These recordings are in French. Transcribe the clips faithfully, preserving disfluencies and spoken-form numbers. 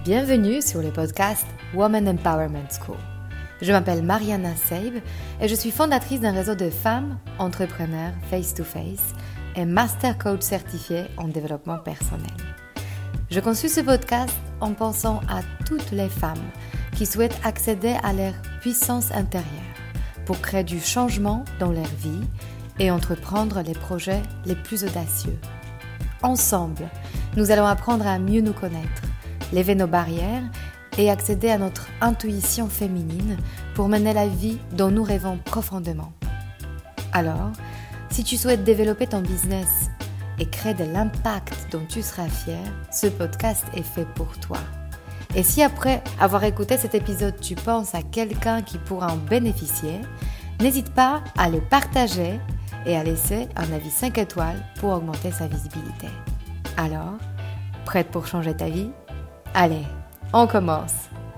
Bienvenue sur le podcast Women Empowerment School. Je m'appelle Mariana Seib et je suis fondatrice d'un réseau de femmes entrepreneurs face-to-face et master coach certifié en développement personnel. Je conçus ce podcast en pensant à toutes les femmes qui souhaitent accéder à leur puissance intérieure pour créer du changement dans leur vie et entreprendre les projets les plus audacieux. Ensemble, nous allons apprendre à mieux nous connaître, lever nos barrières et accéder à notre intuition féminine pour mener la vie dont nous rêvons profondément. Alors, si tu souhaites développer ton business et créer de l'impact dont tu seras fier, ce podcast est fait pour toi. Et si après avoir écouté cet épisode, tu penses à quelqu'un qui pourra en bénéficier, n'hésite pas à le partager et à laisser un avis cinq étoiles pour augmenter sa visibilité. Alors, prête pour changer ta vie ? Allez, on commence.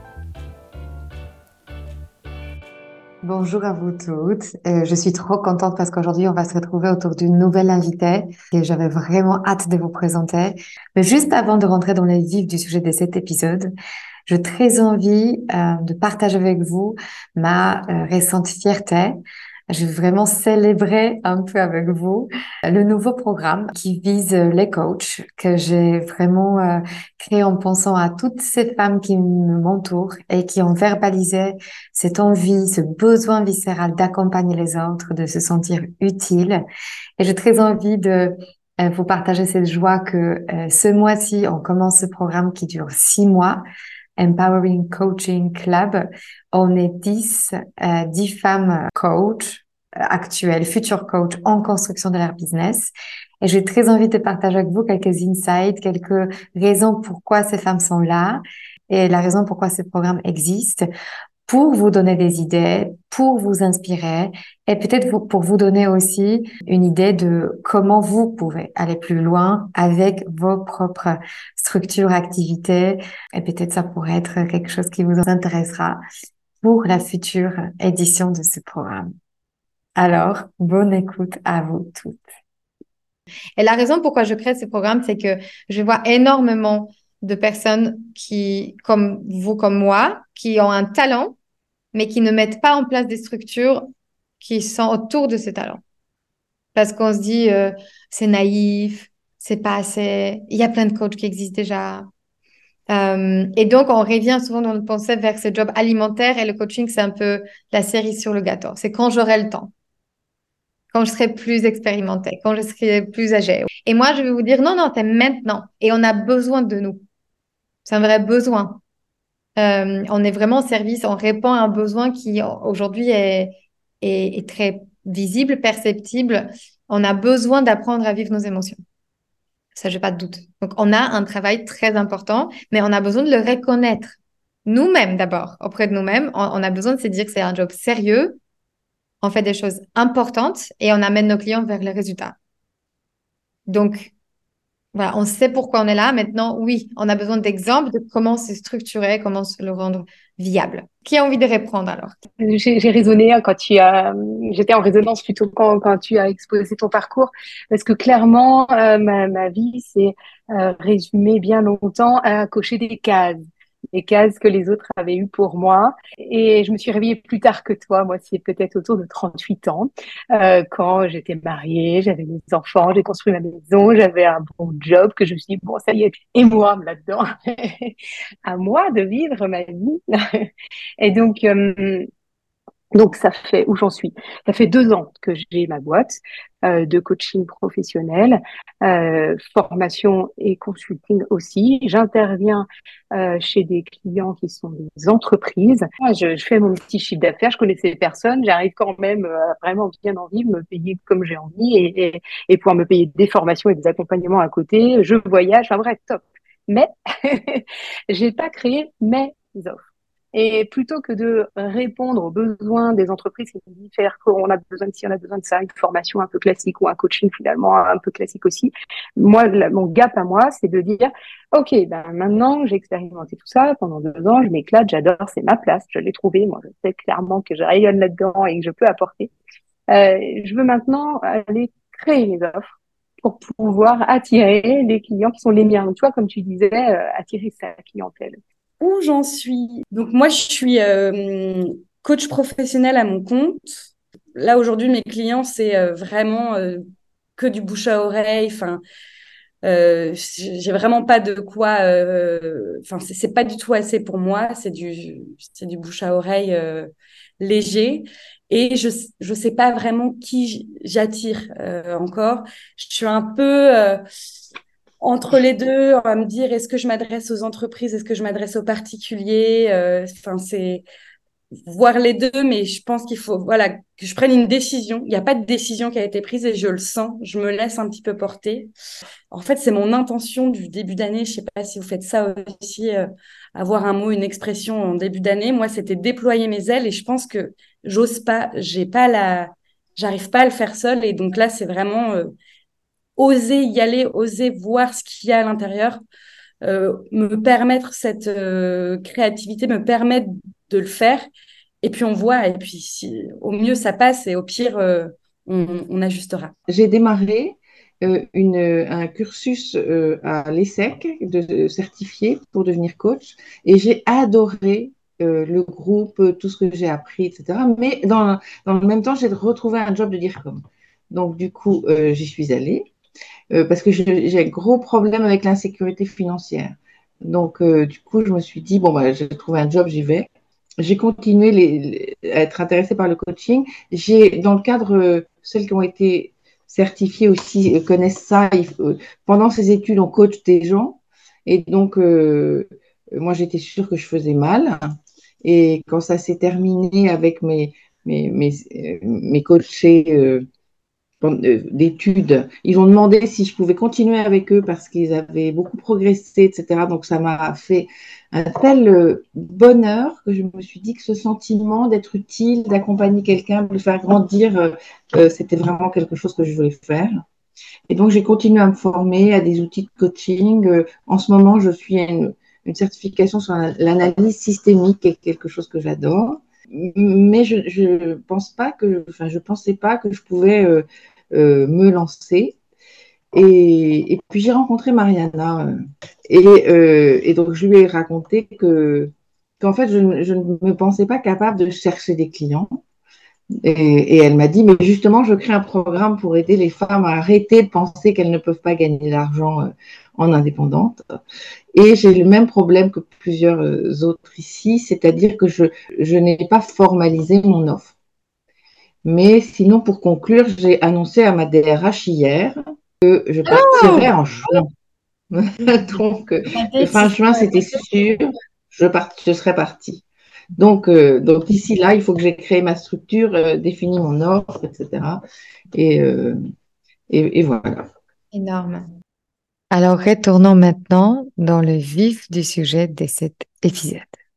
Bonjour à vous toutes. Euh, je suis trop contente parce qu'aujourd'hui, on va se retrouver autour d'une nouvelle invitée et j'avais vraiment hâte de vous présenter. Mais juste avant de rentrer dans le vif du sujet de cet épisode, j'ai très envie euh, de partager avec vous ma euh, récente fierté. Je veux vraiment célébrer un peu avec vous le nouveau programme qui vise les coachs que j'ai vraiment euh, créé en pensant à toutes ces femmes qui m'entourent et qui ont verbalisé cette envie, ce besoin viscéral d'accompagner les autres, de se sentir utile. Et j'ai très envie de euh, vous partager cette joie que euh, ce mois-ci, on commence ce programme qui dure six mois. Empowering Coaching Club. On est dix, euh, dix femmes coach euh, actuelles, futures coachs en construction de leur business. Et j'ai très envie de partager avec vous quelques insights, quelques raisons pourquoi ces femmes sont là et la raison pourquoi ce programme existe, pour vous donner des idées, pour vous inspirer et peut-être vous, pour vous donner aussi une idée de comment vous pouvez aller plus loin avec vos propres structures, activités et peut-être ça pourrait être quelque chose qui vous intéressera pour la future édition de ce programme. Alors, bonne écoute à vous toutes. Et la raison pourquoi je crée ce programme, c'est que je vois énormément de personnes qui, comme vous, comme moi, qui ont un talent, mais qui ne mettent pas en place des structures qui sont autour de ce talent. Parce qu'on se dit, euh, c'est naïf, c'est pas assez, il y a plein de coachs qui existent déjà. Euh, et donc, on revient souvent dans notre pensée vers ce job alimentaire et le coaching, c'est un peu la cerise sur le gâteau. C'est quand j'aurai le temps, quand je serai plus expérimentée, quand je serai plus âgée. Et moi, je vais vous dire, non, non, c'est maintenant. Et on a besoin de nous. C'est un vrai besoin. Euh, on est vraiment en service, on répond à un besoin qui aujourd'hui est, est, est très visible, perceptible. On a besoin d'apprendre à vivre nos émotions. Ça, j'ai pas de doute. Donc, on a un travail très important, mais on a besoin de le reconnaître. Nous-mêmes d'abord, auprès de nous-mêmes, on, on a besoin de se dire que c'est un job sérieux, on fait des choses importantes et on amène nos clients vers les résultats. Donc, voilà, on sait pourquoi on est là. Maintenant, oui, on a besoin d'exemples de comment se structurer, comment se le rendre viable. Qui a envie de répondre alors? J'ai, j'ai raisonné hein, quand tu as, j'étais en résonance plutôt quand, quand tu as exposé ton parcours, parce que clairement, euh, ma, ma vie s'est euh, résumée bien longtemps à cocher des cases, des cases que les autres avaient eues pour moi. Et je me suis réveillée plus tard que toi, moi c'est peut-être autour de trente-huit ans, euh, quand j'étais mariée, j'avais des enfants, j'ai construit ma maison, j'avais un bon job, que je me suis dit, bon, ça y est, et moi là-dedans, à moi de vivre ma vie. Et donc, euh, donc ça fait où j'en suis. Ça fait deux ans que j'ai ma boîte euh, de coaching professionnel, euh, formation et consulting aussi. J'interviens euh, chez des clients qui sont des entreprises. Moi, je, je fais mon petit chiffre d'affaires. Je connais ces personnes. J'arrive quand même euh, à vraiment bien en vivre, me payer comme j'ai envie et, et, et pouvoir me payer des formations et des accompagnements à côté. Je voyage. Enfin bref, top. Mais j'ai pas créé mes offres. Et plutôt que de répondre aux besoins des entreprises qui nous disent faire qu'on a besoin de ci, on a besoin de ça, une formation un peu classique ou un coaching finalement un peu classique aussi, moi, la, mon gap à moi, c'est de dire, OK, ben maintenant, j'ai expérimenté tout ça pendant deux ans, je m'éclate, j'adore, c'est ma place, je l'ai trouvé, moi, je sais clairement que je rayonne là-dedans et que je peux apporter. Euh, je veux maintenant aller créer mes offres pour pouvoir attirer les clients qui sont les miens. Donc, tu vois, comme tu disais, euh, attirer sa clientèle. où j'en suis. Donc moi, je suis euh, coach professionnel à mon compte. Là, aujourd'hui, mes clients, c'est euh, vraiment euh, que du bouche à oreille. Enfin, euh, j'ai vraiment pas de quoi. euh, Enfin, c'est c'est pas du tout assez pour moi. C'est du, c'est du bouche à oreille euh, léger. Et je je sais pas vraiment qui j'attire euh, encore. Je suis un peu euh, entre les deux, à me dire est-ce que je m'adresse aux entreprises, est-ce que je m'adresse aux particuliers. euh, Enfin, c'est voir les deux, mais je pense qu'il faut voilà, que je prenne une décision. Il n'y a pas de décision qui a été prise et je le sens. Je me laisse un petit peu porter. En fait, c'est mon intention du début d'année. Je ne sais pas si vous faites ça aussi, euh, avoir un mot, une expression en début d'année. Moi, c'était déployer mes ailes et je pense que j'ose pas, j'ai pas la, j'arrive pas à le faire seule. Et donc là, c'est vraiment euh, oser y aller, oser voir ce qu'il y a à l'intérieur, euh, me permettre cette euh, créativité, me permettre de le faire. Et puis on voit, et puis si, au mieux ça passe, et au pire, euh, on, on ajustera. J'ai démarré euh, une, un cursus euh, à l'ESSEC de, de certifié pour devenir coach et j'ai adoré euh, le groupe, tout ce que j'ai appris, et cetera. Mais dans, dans le même temps, j'ai retrouvé un job de DIRCOM. Donc, du coup, euh, j'y suis allée euh, parce que j'ai un gros problème avec l'insécurité financière. Donc, euh, du coup, je me suis dit, bon, bah, j'ai trouvé un job, j'y vais. J'ai continué les, les, à être intéressée par le coaching. J'ai, dans le cadre, euh, celles qui ont été certifiées aussi euh, connaissent ça. Il, euh, pendant ces études, on coach des gens. Et donc, euh, moi, j'étais sûre que je faisais mal. Et quand ça s'est terminé avec mes, mes, mes, euh, mes coachés, euh, d'études. Ils ont demandé si je pouvais continuer avec eux parce qu'ils avaient beaucoup progressé, et cetera. Donc, ça m'a fait un tel euh, bonheur que je me suis dit que ce sentiment d'être utile, d'accompagner quelqu'un, de le faire grandir, euh, euh, c'était vraiment quelque chose que je voulais faire. Et donc, j'ai continué à me former à des outils de coaching. Euh, en ce moment, je suis à une, une certification sur l'analyse systémique, qui est quelque chose que j'adore. Mais je ne pense pas que, enfin, je pensais pas que je pouvais euh, euh, me lancer. Et, et puis j'ai rencontré Mariana euh, et, euh, et donc je lui ai raconté que qu'en fait je, je ne me pensais pas capable de chercher des clients. Et, et elle m'a dit, mais justement, je crée un programme pour aider les femmes à arrêter de penser qu'elles ne peuvent pas gagner d'argent euh, en indépendante. Et j'ai le même problème que plusieurs euh, autres ici, c'est-à-dire que je, je n'ai pas formalisé mon offre. Mais sinon, pour conclure, j'ai annoncé à ma D R H hier que je partirais Oh, en juin. Donc, euh, la que fin décision juin, c'était est sûr, je, part, je serais partie. Donc, euh, donc d'ici là, il faut que j'ai créé ma structure, euh, défini mon offre, et cetera. Et, euh, et, et voilà. énorme. Alors, retournons maintenant dans le vif du sujet de cet épisode.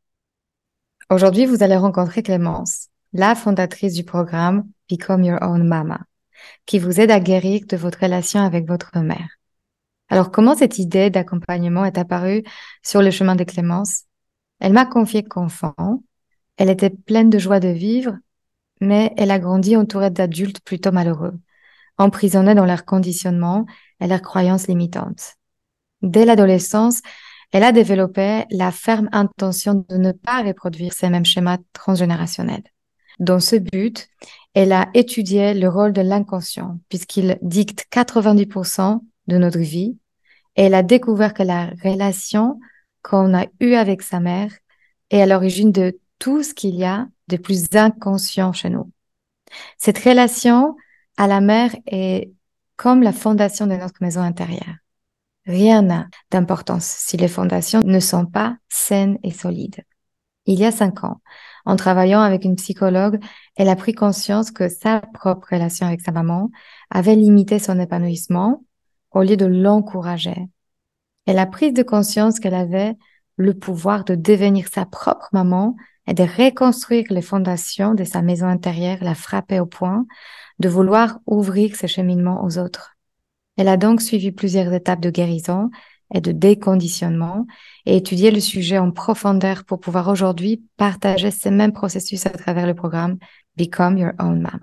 Aujourd'hui, vous allez rencontrer Clémence, la fondatrice du programme Become Your Own Mama, qui vous aide à guérir de votre relation avec votre mère. Alors, comment cette idée d'accompagnement est apparue sur le chemin de Clémence? Elle m'a confié qu'enfant, elle était pleine de joie de vivre, mais elle a grandi entourée d'adultes plutôt malheureux, emprisonnés dans leur conditionnement et leurs croyances limitantes. Dès l'adolescence, elle a développé la ferme intention de ne pas reproduire ces mêmes schémas transgénérationnels. Dans ce but, elle a étudié le rôle de l'inconscient, puisqu'il dicte quatre-vingt-dix pour cent de notre vie, et elle a découvert que la relation qu'on a eue avec sa mère est à l'origine de tout ce qu'il y a de plus inconscient chez nous. Cette relation à la mère est comme la fondation de notre maison intérieure. Rien n'a d'importance si les fondations ne sont pas saines et solides. Il y a cinq ans, en travaillant avec une psychologue, elle a pris conscience que sa propre relation avec sa maman avait limité son épanouissement au lieu de l'encourager. Elle a pris de conscience qu'elle avait le pouvoir de devenir sa propre maman et de reconstruire les fondations de sa maison intérieure, la frapper au point de vouloir ouvrir ce cheminement aux autres. Elle a donc suivi plusieurs étapes de guérison et de déconditionnement et étudié le sujet en profondeur pour pouvoir aujourd'hui partager ces mêmes processus à travers le programme Become Your Own Mama.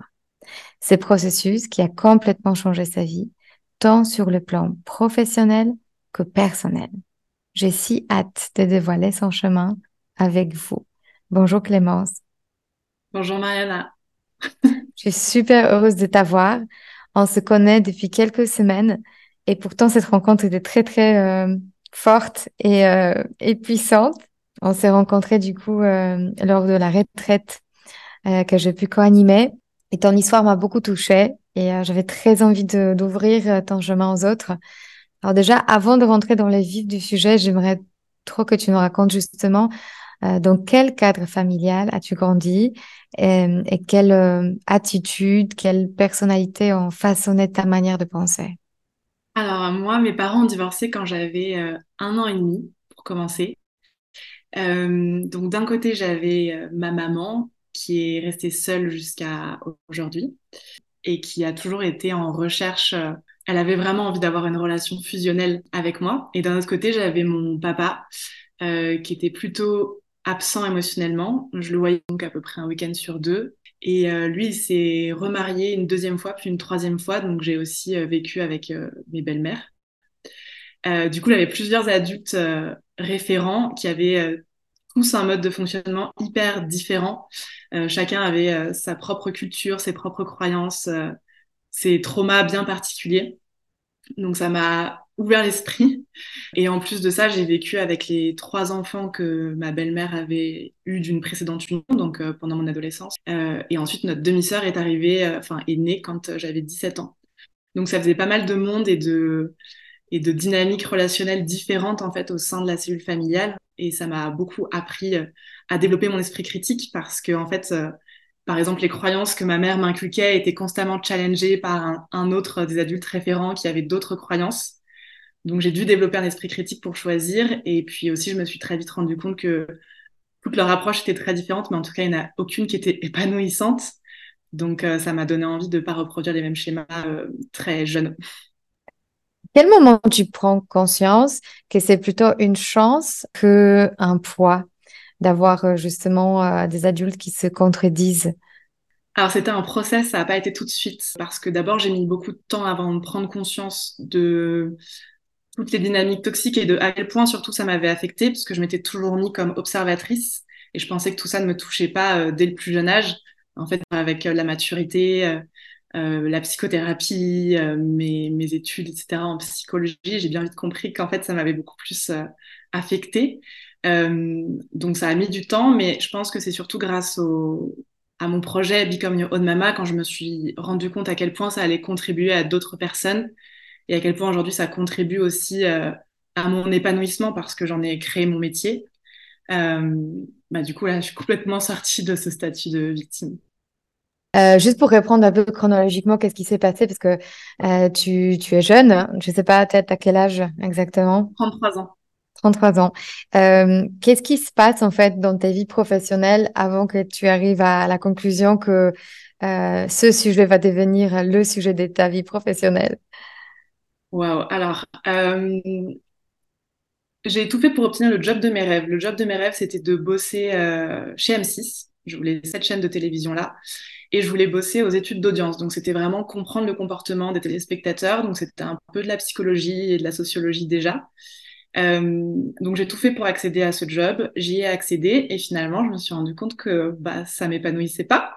Ce processus qui a complètement changé sa vie, tant sur le plan professionnel que personnel. J'ai si hâte de dévoiler son chemin avec vous. Bonjour Clémence. Bonjour Mariana. Je suis super heureuse de t'avoir. On se connaît depuis quelques semaines et pourtant cette rencontre était très très euh, forte et, euh, et puissante. On s'est rencontrés du coup euh, lors de la retraite euh, que j'ai pu co-animer et ton histoire m'a beaucoup touchée et euh, j'avais très envie de, d'ouvrir euh, ton chemin aux autres. Alors déjà, avant de rentrer dans les vifs du sujet, j'aimerais trop que tu nous racontes justement euh, dans quel cadre familial as-tu grandi et, et quelle euh, attitude, quelle personnalité ont façonné ta manière de penser. Alors moi, mes parents ont divorcé quand j'avais euh, un an et demi, pour commencer. Euh, donc d'un côté, j'avais euh, ma maman qui est restée seule jusqu'à aujourd'hui et qui a toujours été en recherche. euh, Elle avait vraiment envie d'avoir une relation fusionnelle avec moi. Et d'un autre côté, j'avais mon papa euh, qui était plutôt absent émotionnellement. Je le voyais donc à peu près un week-end sur deux. Et euh, lui, il s'est remarié une deuxième fois, puis une troisième fois. Donc j'ai aussi euh, vécu avec euh, mes belles-mères. Euh, du coup, il y avait plusieurs adultes euh, référents qui avaient euh, tous un mode de fonctionnement hyper différent. Euh, chacun avait euh, sa propre culture, ses propres croyances, euh, ses traumas bien particuliers. Donc ça m'a ouvert l'esprit. Et en plus de ça, j'ai vécu avec les trois enfants que ma belle-mère avait eu d'une précédente union, donc euh, pendant mon adolescence. Euh, et ensuite, notre demi-sœur est arrivée, euh, enfin est née quand euh, j'avais dix-sept ans. Donc ça faisait pas mal de monde et de et de dynamiques relationnelles différentes en fait au sein de la cellule familiale. Et ça m'a beaucoup appris euh, à développer mon esprit critique parce que en fait, euh, par exemple, les croyances que ma mère m'inculquait étaient constamment challengées par un, un autre des adultes référents qui avait d'autres croyances. Donc j'ai dû développer un esprit critique pour choisir. Et puis aussi, je me suis très vite rendu compte que toute leur approche était très différente, mais en tout cas, il n'y en a aucune qui était épanouissante. Donc euh, ça m'a donné envie de ne pas reproduire les mêmes schémas euh, très jeunes. Quel moment tu prends conscience que c'est plutôt une chance que un poids d'avoir euh, justement euh, des adultes qui se contredisent? Alors c'était un process, ça n'a pas été tout de suite, parce que d'abord j'ai mis beaucoup de temps avant de prendre conscience de toutes les dynamiques toxiques et de à quel point surtout ça m'avait affectée, parce que je m'étais toujours mis comme observatrice et je pensais que tout ça ne me touchait pas euh, dès le plus jeune âge. En fait, avec euh, la maturité, euh, euh, la psychothérapie, euh, mes, mes études, et cetera en psychologie, j'ai bien vite compris qu'en fait ça m'avait beaucoup plus euh, affectée. Euh, donc ça a mis du temps, mais je pense que c'est surtout grâce au, à mon projet Become Your Own Mama quand je me suis rendu compte à quel point ça allait contribuer à d'autres personnes et à quel point aujourd'hui ça contribue aussi euh, à mon épanouissement parce que j'en ai créé mon métier. Euh, bah, du coup, là, je suis complètement sortie de ce statut de victime. Euh, juste pour reprendre un peu chronologiquement, qu'est-ce qui s'est passé? Parce que euh, tu, tu es jeune, je sais pas, peut-être à quel âge exactement? trente-trois ans. trente-trois ans. Euh, qu'est-ce qui se passe en fait dans ta vie professionnelle avant que tu arrives à la conclusion que euh, ce sujet va devenir le sujet de ta vie professionnelle? Waouh. Alors, euh, j'ai tout fait pour obtenir le job de mes rêves. Le job de mes rêves, c'était de bosser euh, chez M six. Je voulais cette chaîne de télévision-là. Et je voulais bosser aux études d'audience. Donc, c'était vraiment comprendre le comportement des téléspectateurs. Donc, c'était un peu de la psychologie et de la sociologie déjà. Euh, donc, j'ai tout fait pour accéder à ce job. J'y ai accédé et finalement, je me suis rendu compte que bah, ça m'épanouissait pas.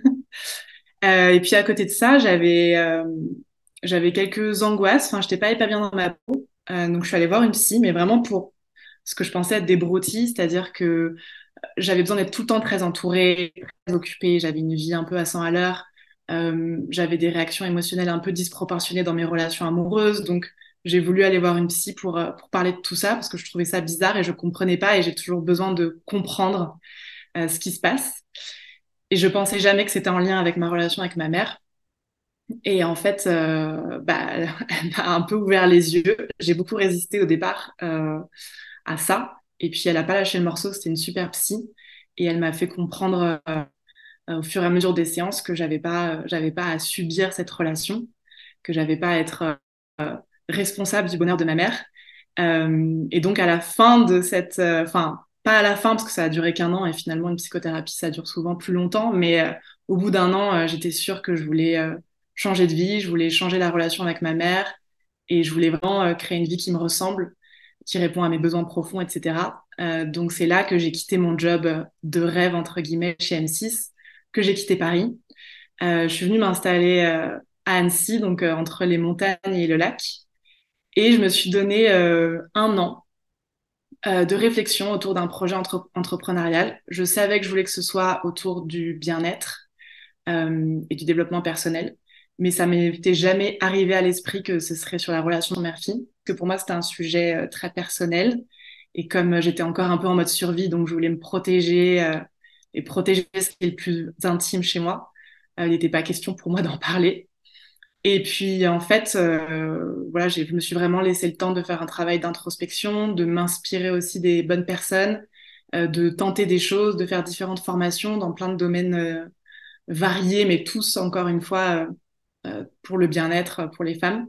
Euh, et puis, à côté de ça, j'avais euh, j'avais quelques angoisses. Enfin, j'étais pas hyper bien dans ma peau. Euh, donc, je suis allée voir une psy, mais vraiment pour ce que je pensais être des broutilles, c'est-à-dire que j'avais besoin d'être tout le temps très entourée, très occupée, j'avais une vie un peu à cent à l'heure, euh, j'avais des réactions émotionnelles un peu disproportionnées dans mes relations amoureuses, donc j'ai voulu aller voir une psy pour, euh, pour parler de tout ça, parce que je trouvais ça bizarre et je comprenais pas et j'ai toujours besoin de comprendre euh, ce qui se passe. Et je pensais jamais que c'était en lien avec ma relation avec ma mère. Et en fait, euh, bah, elle m'a un peu ouvert les yeux. J'ai beaucoup résisté au départ euh, à ça. Et puis, elle n'a pas lâché le morceau. C'était une super psy. Et elle m'a fait comprendre euh, au fur et à mesure des séances que j'avais pas, j'avais pas à subir cette relation, que j'avais pas à être euh, responsable du bonheur de ma mère. Euh, et donc, à la fin de cette... Enfin, euh, pas à la fin, parce que ça a duré qu'un an. Et finalement, une psychothérapie, ça dure souvent plus longtemps. Mais euh, au bout d'un an, euh, j'étais sûre que je voulais... Euh, changer de vie, je voulais changer la relation avec ma mère et je voulais vraiment euh, créer une vie qui me ressemble. qui répond à mes besoins profonds, et cetera. Euh, donc c'est là que j'ai quitté mon job de rêve, entre guillemets, chez M six, que j'ai quitté Paris. Euh, je suis venue m'installer euh, à Annecy, donc euh, entre les montagnes et le lac. Et je me suis donné euh, un an euh, de réflexion autour d'un projet entre- entrepreneurial. Je savais que je voulais que ce soit autour du bien-être euh, et du développement personnel, mais ça m'était jamais arrivé à l'esprit que ce serait sur la relation mère-fille, que pour moi c'était un sujet euh, très personnel. Et comme euh, j'étais encore un peu en mode survie, donc je voulais me protéger euh, et protéger ce qui est le plus intime chez moi, euh, il n'était pas question pour moi d'en parler. Et puis en fait, euh, voilà, j'ai- je me suis vraiment laissé le temps de faire un travail d'introspection, de m'inspirer aussi des bonnes personnes, euh, de tenter des choses, de faire différentes formations dans plein de domaines euh, variés, mais tous encore une fois euh, euh, pour le bien-être pour les femmes.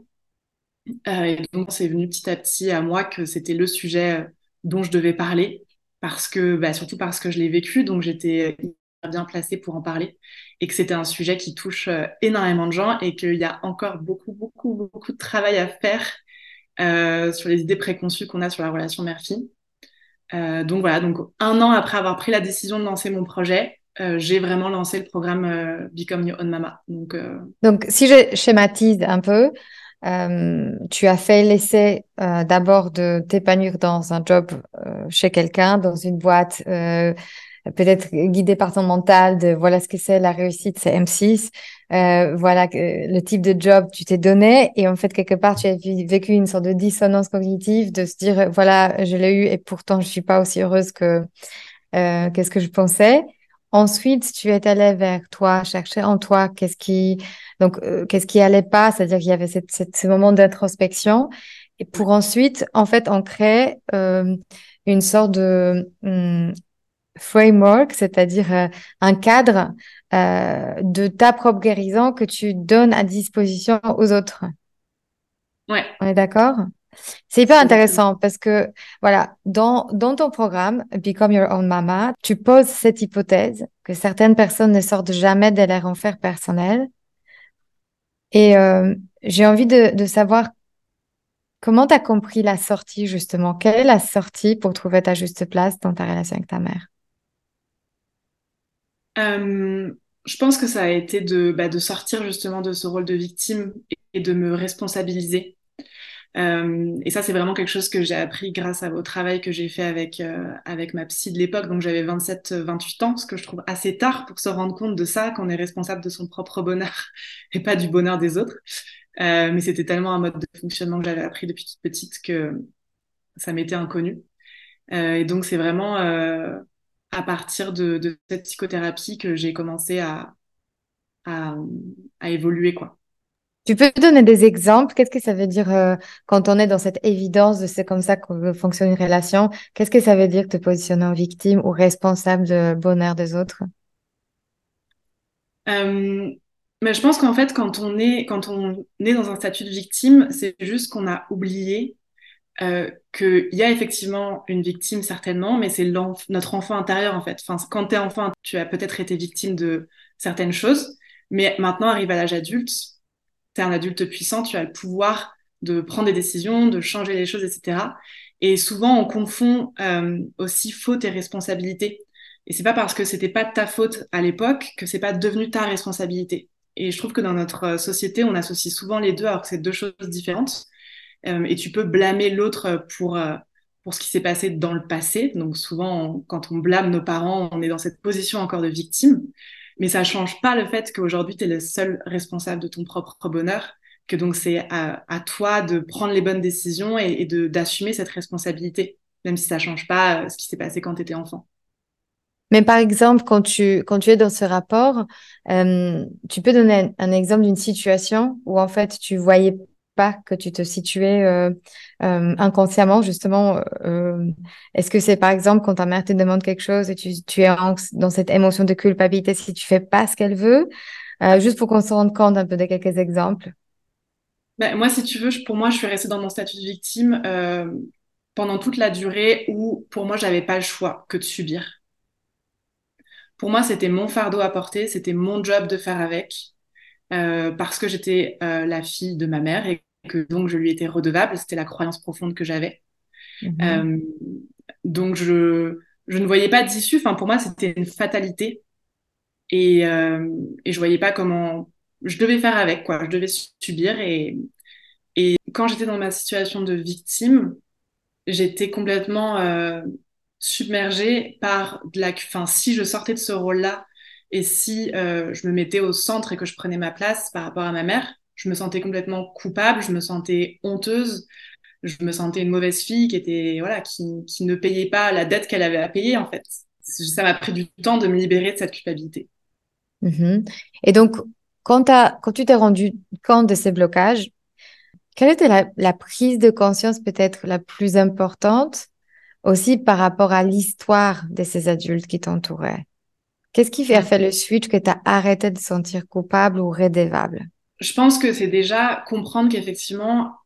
Euh, et donc c'est venu petit à petit à moi que c'était le sujet euh, dont je devais parler, parce que bah, surtout parce que je l'ai vécu, donc j'étais hyper bien placée pour en parler, et que c'était un sujet qui touche euh, énormément de gens et qu'il y a encore beaucoup, beaucoup, beaucoup de travail à faire euh, sur les idées préconçues qu'on a sur la relation mère-fille. Euh, donc voilà, donc un an après avoir pris la décision de lancer mon projet, euh, j'ai vraiment lancé le programme euh, Become Your Own Mama. Donc euh, Donc, si je schématise un peu, euh, tu as fait l'essai euh, d'abord de t'épanouir dans un job euh, chez quelqu'un, dans une boîte, euh, peut-être guidée par ton mental, de voilà ce que c'est la réussite, c'est M six, euh, voilà que- le type de job tu t'es donné, et en fait, quelque part, tu as vi- vécu une sorte de dissonance cognitive, de se dire, voilà, je l'ai eu et pourtant, je suis pas aussi heureuse que euh, qu'est-ce que je pensais. Ensuite, tu es allé vers toi, chercher en toi qu'est-ce qui, donc, euh, qu'est-ce qui allait pas, c'est-à-dire qu'il y avait cette, cette- ce moment d'introspection. Et pour ensuite, en fait, on crée euh, une sorte de hum, framework, c'est-à-dire euh, un cadre euh, de ta propre guérison que tu donnes à disposition aux autres. ouais, On est d'accord? C'est hyper c'est exactement. intéressant parce que, voilà, dans, dans ton programme, Become Your Own Mama, tu poses cette hypothèse que certaines personnes ne sortent jamais de leur enfer personnel. Et euh, j'ai envie de, de savoir comment tu as compris la sortie, justement. Quelle est la sortie pour trouver ta juste place dans ta relation avec ta mère? Euh, je pense que ça a été de, bah, de sortir justement de ce rôle de victime et de me responsabiliser. Euh, et ça, c'est vraiment quelque chose que j'ai appris grâce à- au travail que j'ai fait avec, euh, avec ma psy de l'époque. Donc j'avais vingt-sept, vingt-huit ans, ce que je trouve assez tard pour se rendre compte de ça, qu'on est responsable de son propre bonheur et pas du bonheur des autres. Euh, mais c'était tellement un mode de fonctionnement que j'avais appris depuis toute petite que ça m'était inconnu. Euh, et donc c'est vraiment euh, à partir de, de cette psychothérapie que j'ai commencé à, à, à évoluer, quoi. Tu peux donner des exemples? Qu'est-ce que ça veut dire euh, quand on est dans cette évidence de c'est comme ça que fonctionne une relation? Qu'est-ce que ça veut dire te positionner en victime ou responsable du bonheur des autres? Euh, mais je pense qu'en fait, quand on est, quand on est dans un statut de victime, c'est juste qu'on a oublié euh, qu'il y a effectivement une victime certainement, mais c'est l'enf- notre enfant intérieur en fait. Enfin, quand tu es enfant, tu as peut-être été victime de certaines choses, mais maintenant, arrive à l'âge adulte, tu es un adulte puissant, tu as le pouvoir de prendre des décisions, de changer les choses, et cetera. Et souvent, on confond euh, aussi faute et responsabilité. Et c'est pas parce que c'était pas de ta faute à l'époque que c'est pas devenu ta responsabilité. Et je trouve que dans notre euh, société, on associe souvent les deux alors que c'est deux choses différentes. Euh, et tu peux blâmer l'autre pour, euh, pour ce qui s'est passé dans le passé. Donc souvent, on- quand on blâme nos parents, on est dans cette position encore de victime. Mais ça change pas le fait qu'aujourd'hui, tu es le seul responsable de ton propre bonheur, que donc c'est à, à toi de prendre les bonnes décisions et, et de, d'assumer cette responsabilité, même si ça change pas euh, ce qui s'est passé quand tu étais enfant. Mais par exemple, quand tu, quand tu es dans ce rapport, euh, tu peux donner un, un exemple d'une situation où en fait tu voyais pas que tu te situais euh, euh, inconsciemment, justement. euh, est-ce que c'est par exemple quand ta mère te demande quelque chose et tu, tu es en- dans cette émotion de culpabilité si tu fais pas ce qu'elle veut? Euh, juste pour qu'on se rende compte un peu de quelques exemples. Ben, moi, si tu veux, je- pour moi, je suis restée dans mon statut de victime euh, pendant toute la durée où, pour moi, j'avais pas le choix que de subir. Pour moi, c'était mon fardeau à porter, c'était mon job de faire avec, euh, parce que j'étais euh, la fille de ma mère et que donc je lui étais redevable. C'était la croyance profonde que j'avais. Mhm. Euh, donc, je, je ne voyais pas d'issue. Enfin, pour moi, c'était une fatalité. Et, euh, et je voyais pas comment je devais faire avec, quoi. Je devais subir. Et, et quand j'étais dans ma situation de victime, j'étais complètement euh, submergée par de la... Enfin, si je sortais de ce rôle-là et si euh, je me mettais au centre et que je prenais ma place par rapport à ma mère, je me sentais complètement coupable, je me sentais honteuse, je me sentais une mauvaise fille qui était, voilà, qui, qui ne payait pas la dette qu'elle avait à payer, en fait. Ça m'a pris du temps de me libérer de cette culpabilité. Mhm. Et donc, quand, t'as- quand tu t'es rendu compte de ces blocages, quelle était la, la prise de conscience peut-être la plus importante aussi par rapport à l'histoire de ces adultes qui t'entouraient? Qu'est-ce qui a fait le switch que tu as arrêté de te sentir coupable ou redevable? Je pense que c'est déjà comprendre qu'effectivement,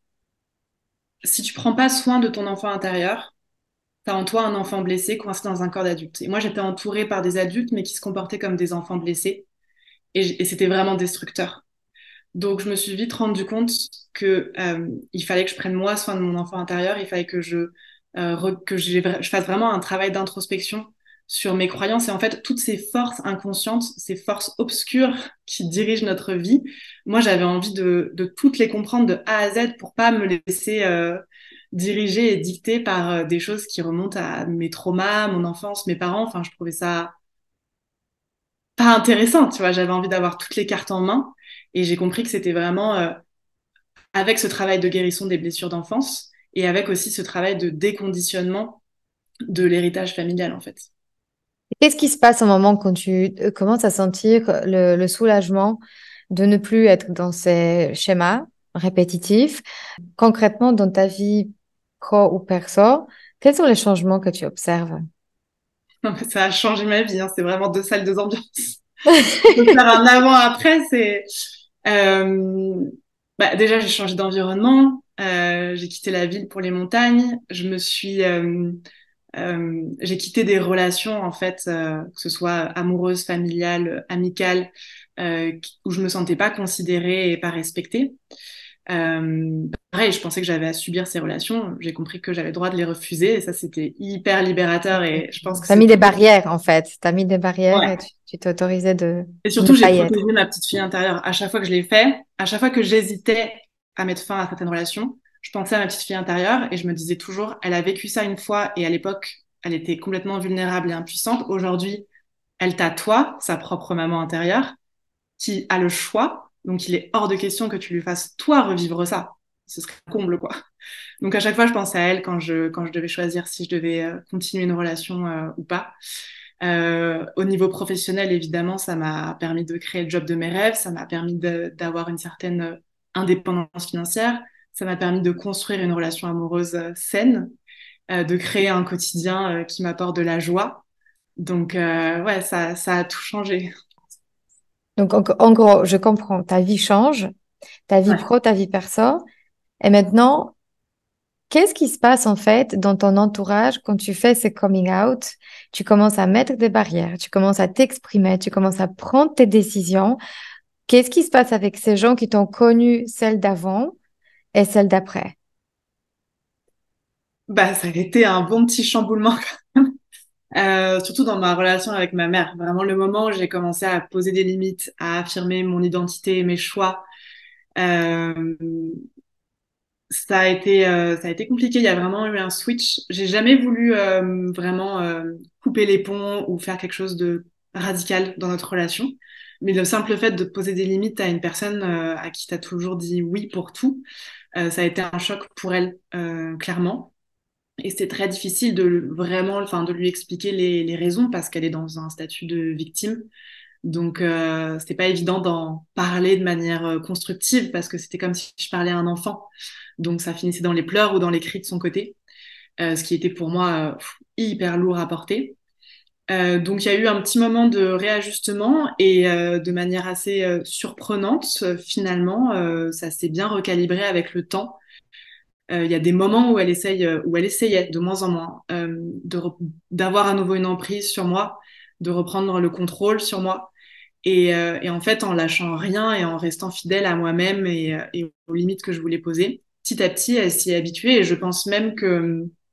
si tu prends pas soin de ton enfant intérieur, t'as en toi un enfant blessé coincé dans un corps d'adulte. Et moi, j'étais entourée par des adultes, mais qui se comportaient comme des enfants blessés. Et, j- et c'était vraiment destructeur. Donc, je me suis vite rendu compte que euh, il fallait que je prenne moi soin de mon enfant intérieur. Il fallait que je euh, re- que j'ai vra- je fasse vraiment un travail d'introspection sur mes croyances et en fait toutes ces forces inconscientes, ces forces obscures qui dirigent notre vie. Moi, j'avais envie de, de toutes les comprendre de A à Z pour pas me laisser euh, diriger et dicter par euh, des choses qui remontent à mes traumas, mon enfance, mes parents. Enfin, je trouvais ça pas intéressant, tu vois. J'avais envie d'avoir toutes les cartes en main et j'ai compris que c'était vraiment euh, avec ce travail de guérison des blessures d'enfance et avec aussi ce travail de déconditionnement de l'héritage familial, en fait. Qu'est-ce qui se passe au moment quand tu euh, commences à sentir le, le soulagement de ne plus être dans ces schémas répétitifs? Concrètement, dans ta vie pro ou perso, quels sont les changements que tu observes? Ça a changé ma vie, hein. C'est vraiment deux salles, deux ambiances. On peut faire un avant-après. C'est euh, bah, déjà j'ai changé d'environnement. Euh, j'ai quitté la ville pour les montagnes. Je me suis euh, euh, j'ai quitté des relations en fait, euh, que ce soit amoureuses, familiales, amicales, euh, où je me sentais pas considérée et pas respectée. Euh, pareil, je pensais que j'avais à subir ces relations. J'ai compris que j'avais le droit de les refuser et ça, c'était hyper libérateur et je pense que Tu as c'est mis des tout. barrières, en fait. Tu as mis des barrières et Ouais. tu tu t'es autorisé de Et ne surtout, j'ai pas y protégé être. ma petite fille intérieure. À chaque fois que je l'ai fait, à chaque fois que j'hésitais à mettre fin à certaines relations, je pensais à ma petite fille intérieure et je me disais toujours, elle a vécu ça une fois et à l'époque, elle était complètement vulnérable et impuissante. Aujourd'hui, elle t'a toi, sa propre maman intérieure, qui a le choix. Donc, il est hors de question que tu lui fasses toi revivre ça. Ce serait un comble, quoi. Donc, à chaque fois, je pensais à elle quand je, quand je devais choisir si je devais euh, continuer une relation euh, ou pas. Euh, au niveau professionnel, évidemment, ça m'a permis de créer le job de mes rêves, ça m'a permis de- d'avoir une certaine euh, indépendance financière, ça m'a permis de construire une relation amoureuse euh, saine, euh, de créer un quotidien euh, qui m'apporte de la joie. Donc, euh, ouais, ça, ça a tout changé. Donc, en, en gros, je comprends. Ta vie change, ta vie Ouais. pro, ta vie perso. Et maintenant, qu'est-ce qui se passe en fait dans ton entourage quand tu fais ces coming out? Tu commences à mettre des barrières, tu commences à t'exprimer, tu commences à prendre tes décisions. Qu'est-ce qui se passe avec ces gens qui t'ont connu celle d'avant et celle d'après? Bah, ça a été un bon petit chamboulement, euh, surtout dans ma relation avec ma mère. Vraiment, le moment où j'ai commencé à poser des limites, à affirmer mon identité et mes choix, euh, ça a été, euh, ça a été compliqué. Il y a vraiment eu un switch. J'ai jamais voulu euh, vraiment euh, couper les ponts ou faire quelque chose de radical dans notre relation. Mais le simple fait de poser des limites à une personne euh, à qui tu as toujours dit oui pour tout, euh, ça a été un choc pour elle, euh, clairement. Et c'était très difficile de le- vraiment, enfin, de lui expliquer les, les raisons parce qu'elle est dans un statut de victime. Donc, euh, c'était pas évident d'en parler de manière euh, constructive parce que c'était comme si je parlais à un enfant. Donc, ça finissait dans les pleurs ou dans les cris de son côté, euh, ce qui était pour moi euh, pff, hyper lourd à porter. Euh, donc, il y a eu un petit moment de réajustement et euh, de manière assez euh, surprenante, euh, finalement, euh, ça s'est bien recalibré avec le temps. Euh, Il y a des moments où elle essaye, euh, où elle essayait de moins en moins euh, de re- d'avoir à nouveau une emprise sur moi, de reprendre le contrôle sur moi. Et, euh, et en fait, en lâchant rien et en restant fidèle à moi-même et, euh, et aux limites que je voulais poser, petit à petit, elle s'y est habituée. Et je pense même que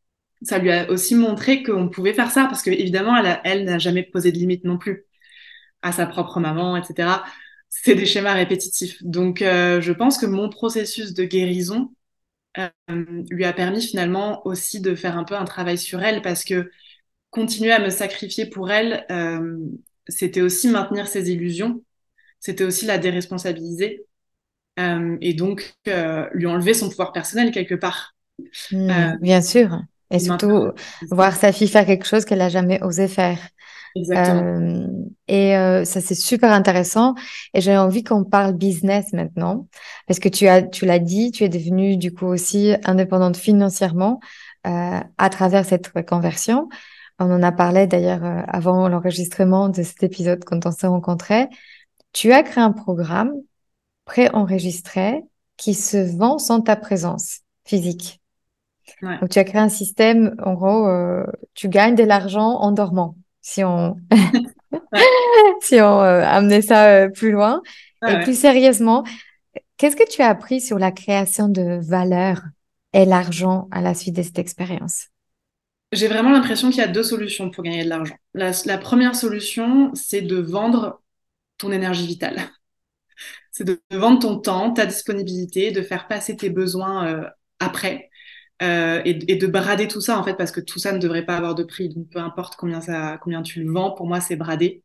ça lui a aussi montré qu'on pouvait faire ça, parce qu'évidemment, elle, a- elle n'a jamais posé de limite non plus à sa propre maman, et cetera. C'est des schémas répétitifs. Donc, euh, je pense que mon processus de guérison euh, lui a permis finalement aussi de faire un peu un travail sur elle, parce que continuer à me sacrifier pour elle, euh, c'était aussi maintenir ses illusions, c'était aussi la déresponsabiliser, euh, et donc euh, lui enlever son pouvoir personnel quelque part. Euh, Hmm, bien sûr. Et et maintenant, surtout, voir sa fille faire quelque chose qu'elle n'a jamais osé faire. exactement. Euh, et euh, ça, c'est super intéressant. Et j'ai envie qu'on parle business maintenant. Parce que tu as, tu l'as dit, tu es devenue du coup aussi indépendante financièrement euh, à travers cette reconversion. On en a parlé d'ailleurs euh, avant l'enregistrement de cet épisode quand on s'est rencontrés. Tu as créé un programme préenregistré qui se vend sans ta présence physique. Ouais. Donc, tu as créé un système, en gros, euh, tu gagnes de l'argent en dormant, si on, Ouais. si on euh, amenait ça euh, plus loin. Ouais, Et ouais. plus sérieusement, qu'est-ce que tu as appris sur la création de valeur et l'argent à la suite de cette expérience? J'ai vraiment l'impression qu'il y a deux solutions pour gagner de l'argent. La, la première solution, c'est de vendre ton énergie vitale. C'est de, de vendre ton temps, ta disponibilité, de faire passer tes besoins euh, après, euh, et, et de brader tout ça en fait, parce que tout ça ne devrait pas avoir de prix. Donc peu importe combien ça, combien tu le vends, pour moi c'est bradé.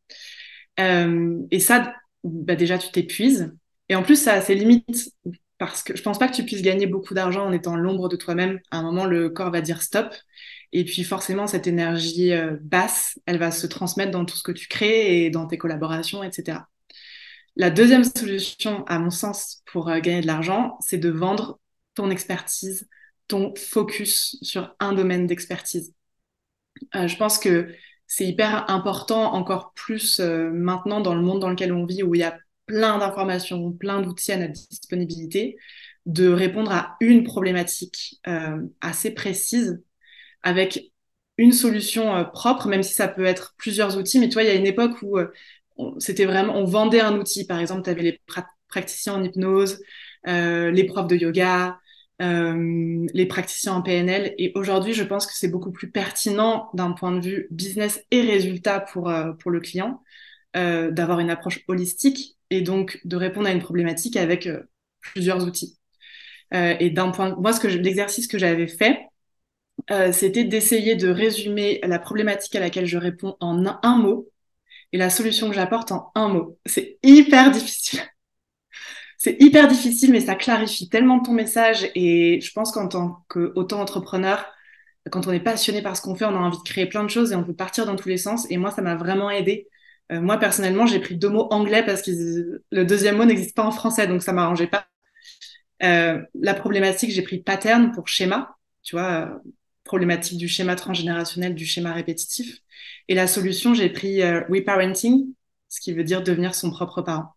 Euh, et ça, bah, déjà tu t'épuises. Et en plus ça a ses limites, parce que je pense pas que tu puisses gagner beaucoup d'argent en étant l'ombre de toi-même. À un moment, le corps va dire stop. Et puis forcément, cette énergie euh, basse, elle va se transmettre dans tout ce que tu crées et dans tes collaborations, et cetera. La deuxième solution, à mon sens, pour euh, gagner de l'argent, c'est de vendre ton expertise, ton focus sur un domaine d'expertise. Euh, je pense que c'est hyper important, encore plus euh, maintenant dans le monde dans lequel on vit, où il y a plein d'informations, plein d'outils à notre disponibilité, de répondre à une problématique euh, assez précise avec une solution euh, propre, même si ça peut être plusieurs outils. Mais tu vois, il y a une époque où euh, on, c'était vraiment, on vendait un outil. Par exemple, tu avais les pra- praticiens en hypnose, euh, les profs de yoga, euh, les praticiens en P N L. Et aujourd'hui, je pense que c'est beaucoup plus pertinent d'un point de vue business et résultat pour, euh, pour le client, euh, d'avoir une approche holistique et donc de répondre à une problématique avec euh, plusieurs outils. Euh, et d'un point, moi, ce que je- l'exercice que j'avais fait, euh, c'était d'essayer de résumer la problématique à laquelle je réponds en un, un mot et la solution que j'apporte en un mot. C'est hyper difficile. C'est hyper difficile, mais ça clarifie tellement ton message. Et je pense qu'en tant qu'auto-entrepreneur, quand on est passionné par ce qu'on fait, on a envie de créer plein de choses et on peut partir dans tous les sens. Et moi, ça m'a vraiment aidé. Euh, moi, personnellement, j'ai pris deux mots anglais parce que le deuxième mot n'existe pas en français, donc ça m'arrangeait pas. Euh, la problématique, j'ai pris pattern pour schéma, tu vois, euh, problématique du schéma transgénérationnel, du schéma répétitif. Et la solution, j'ai pris euh, reparenting, ce qui veut dire devenir son propre parent.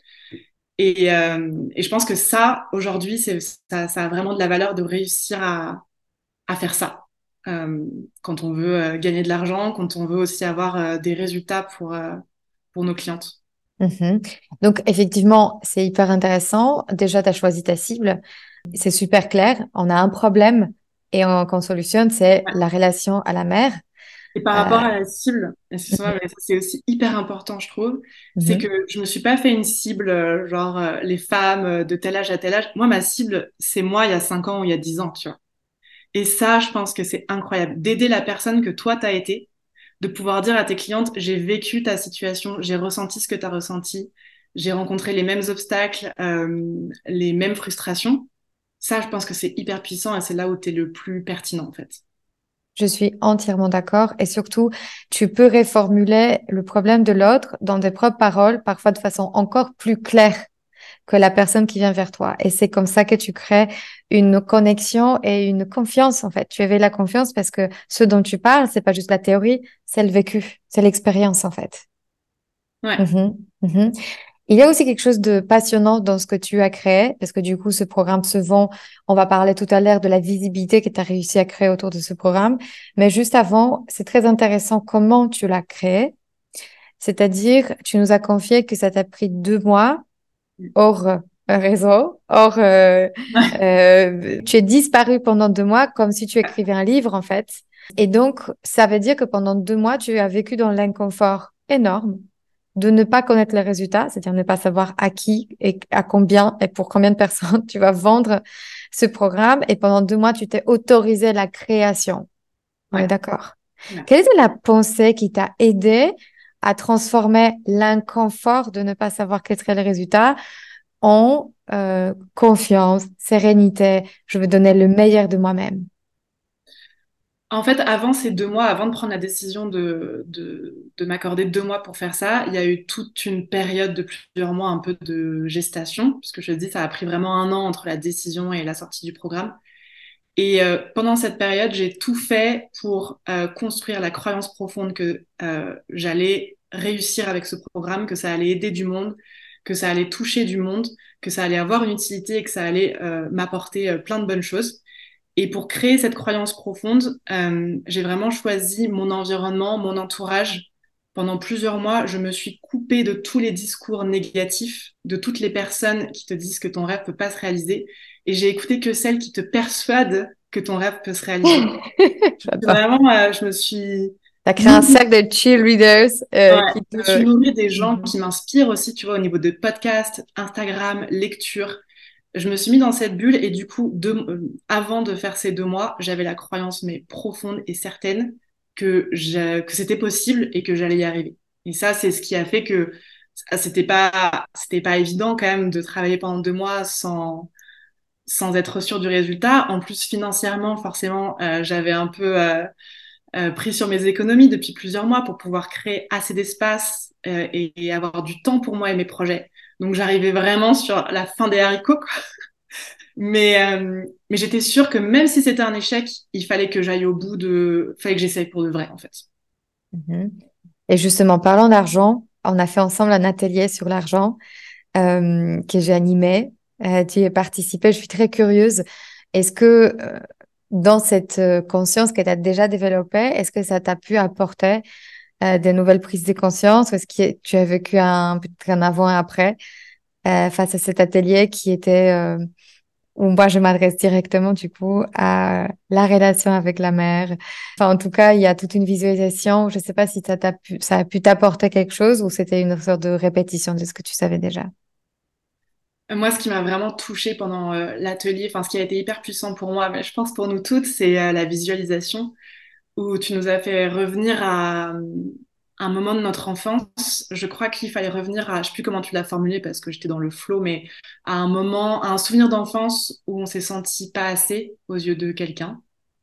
Et, euh, et je pense que ça, aujourd'hui, c'est, ça, ça a vraiment de la valeur de réussir à, à faire ça. Euh, quand on veut euh, gagner de l'argent, quand on veut aussi avoir euh, des résultats pour, euh, pour nos clientes. Mhm. Donc, effectivement, c'est hyper intéressant. Déjà, tu as choisi ta cible. C'est super clair. On a un problème et on, qu'on solutionne, c'est Ouais. la relation à la mère. Et par Euh, rapport à la cible, excuse-moi, mais ça, c'est aussi hyper important, je trouve, c'est que mhm. je me suis pas fait une cible, euh, genre euh, les femmes euh, de tel âge à tel âge. Moi, ma cible, c'est moi il y a cinq ans ou il y a dix ans, tu vois. Et ça, je pense que c'est incroyable, d'aider la personne que toi, t'as été, de pouvoir dire à tes clientes, j'ai vécu ta situation, j'ai ressenti ce que tu as ressenti, j'ai rencontré les mêmes obstacles, euh, les mêmes frustrations. Ça, je pense que c'est hyper puissant et c'est là où tu es le plus pertinent, en fait. Je suis entièrement d'accord. Et surtout, tu peux reformuler le problème de l'autre dans tes propres paroles, parfois de façon encore plus claire que la personne qui vient vers toi. Et c'est comme ça que tu crées une connexion et une confiance, en fait. Tu éveilles la confiance parce que ce dont tu parles, c'est pas juste la théorie, c'est le vécu, c'est l'expérience, en fait. Ouais. Mhm, mhm. Il y a aussi quelque chose de passionnant dans ce que tu as créé, parce que du coup, ce programme se vend. On va parler tout à l'heure de la visibilité que tu as réussi à créer autour de ce programme. Mais juste avant, c'est très intéressant comment tu l'as créé. C'est-à-dire, tu nous as confié que ça t'a pris deux mois hors euh, réseau, hors, euh, Ouais. euh, tu es disparu pendant deux mois comme si tu écrivais un livre, en fait. Et donc, ça veut dire que pendant deux mois, tu as vécu dans l'inconfort énorme de ne pas connaître les résultats, c'est-à-dire ne pas savoir à qui et à combien et pour combien de personnes tu vas vendre ce programme. Et pendant deux mois, tu t'es autorisé la création. On est Ouais. d'accord. Ouais. Quelle était la pensée qui t'a aidé à transformer l'inconfort de ne pas savoir quels seraient les résultats en euh, confiance, sérénité, je veux donner le meilleur de moi-même? En fait, avant ces deux mois, avant de prendre la décision de, de, de m'accorder deux mois pour faire ça, il y a eu toute une période de plusieurs mois un peu de gestation, puisque je te dis, ça a pris vraiment un an entre la décision et la sortie du programme. Et euh, pendant cette période, j'ai tout fait pour euh, construire la croyance profonde que euh, j'allais réussir avec ce programme, que ça allait aider du monde, que ça allait toucher du monde, que ça allait avoir une utilité et que ça allait euh, m'apporter euh, plein de bonnes choses. Et pour créer cette croyance profonde, euh, j'ai vraiment choisi mon environnement, mon entourage. Pendant plusieurs mois, je me suis coupée de tous les discours négatifs, de toutes les personnes qui te disent que ton rêve peut pas se réaliser. Et j'ai écouté que celles qui te persuadent que ton rêve peut se réaliser. J'adore. Vraiment, euh, je me suis T'as créé un nourrie, cercle de cheerleaders euh, ouais, qui je me suis te... nourrie des gens Mhm. qui m'inspirent aussi, tu vois, au niveau de podcast, Instagram, lecture. Je me suis mis dans cette bulle et du coup, deux, euh, avant de faire ces deux mois, j'avais la croyance mais profonde et certaine que, je- que c'était possible et que j'allais y arriver. Et ça, c'est ce qui a fait que ah, c'était pas, c'était pas évident quand même de travailler pendant deux mois sans, sans être sûr du résultat. En plus, financièrement, forcément, euh, j'avais un peu euh, euh, pris sur mes économies depuis plusieurs mois pour pouvoir créer assez d'espace euh, et, et avoir du temps pour moi et mes projets. Donc, j'arrivais vraiment sur la fin des haricots, quoi. Mais, euh, mais j'étais sûre que même si c'était un échec, il fallait que j'aille au bout de... Il fallait que j'essaye pour de vrai, en fait. Mhm. Et justement, parlant d'argent, on a fait ensemble un atelier sur l'argent euh, que j'ai animé. Euh, tu y as participé, je suis très curieuse. Est-ce que euh, dans cette euh, conscience que tu as déjà développée, est-ce que ça t'a pu apporter euh, des nouvelles prises de conscience? Ou est-ce que tu as vécu un, peut-être un avant et après euh, face à cet atelier qui était euh, où moi je m'adresse directement du coup à la relation avec la mère. Enfin, en tout cas, il y a toute une visualisation. Je ne sais pas si ça t'a pu, ça a pu t'apporter quelque chose ou c'était une sorte de répétition de ce que tu savais déjà. Moi, ce qui m'a vraiment touchée pendant euh, l'atelier, enfin, ce qui a été hyper puissant pour moi, mais je pense pour nous toutes, c'est euh, la visualisation où tu nous as fait revenir à euh, un moment de notre enfance. Je crois qu'il fallait revenir à, je sais plus comment tu l'as formulé parce que j'étais dans le flow, mais à un moment, à un souvenir d'enfance où on s'est senti pas assez aux yeux de quelqu'un.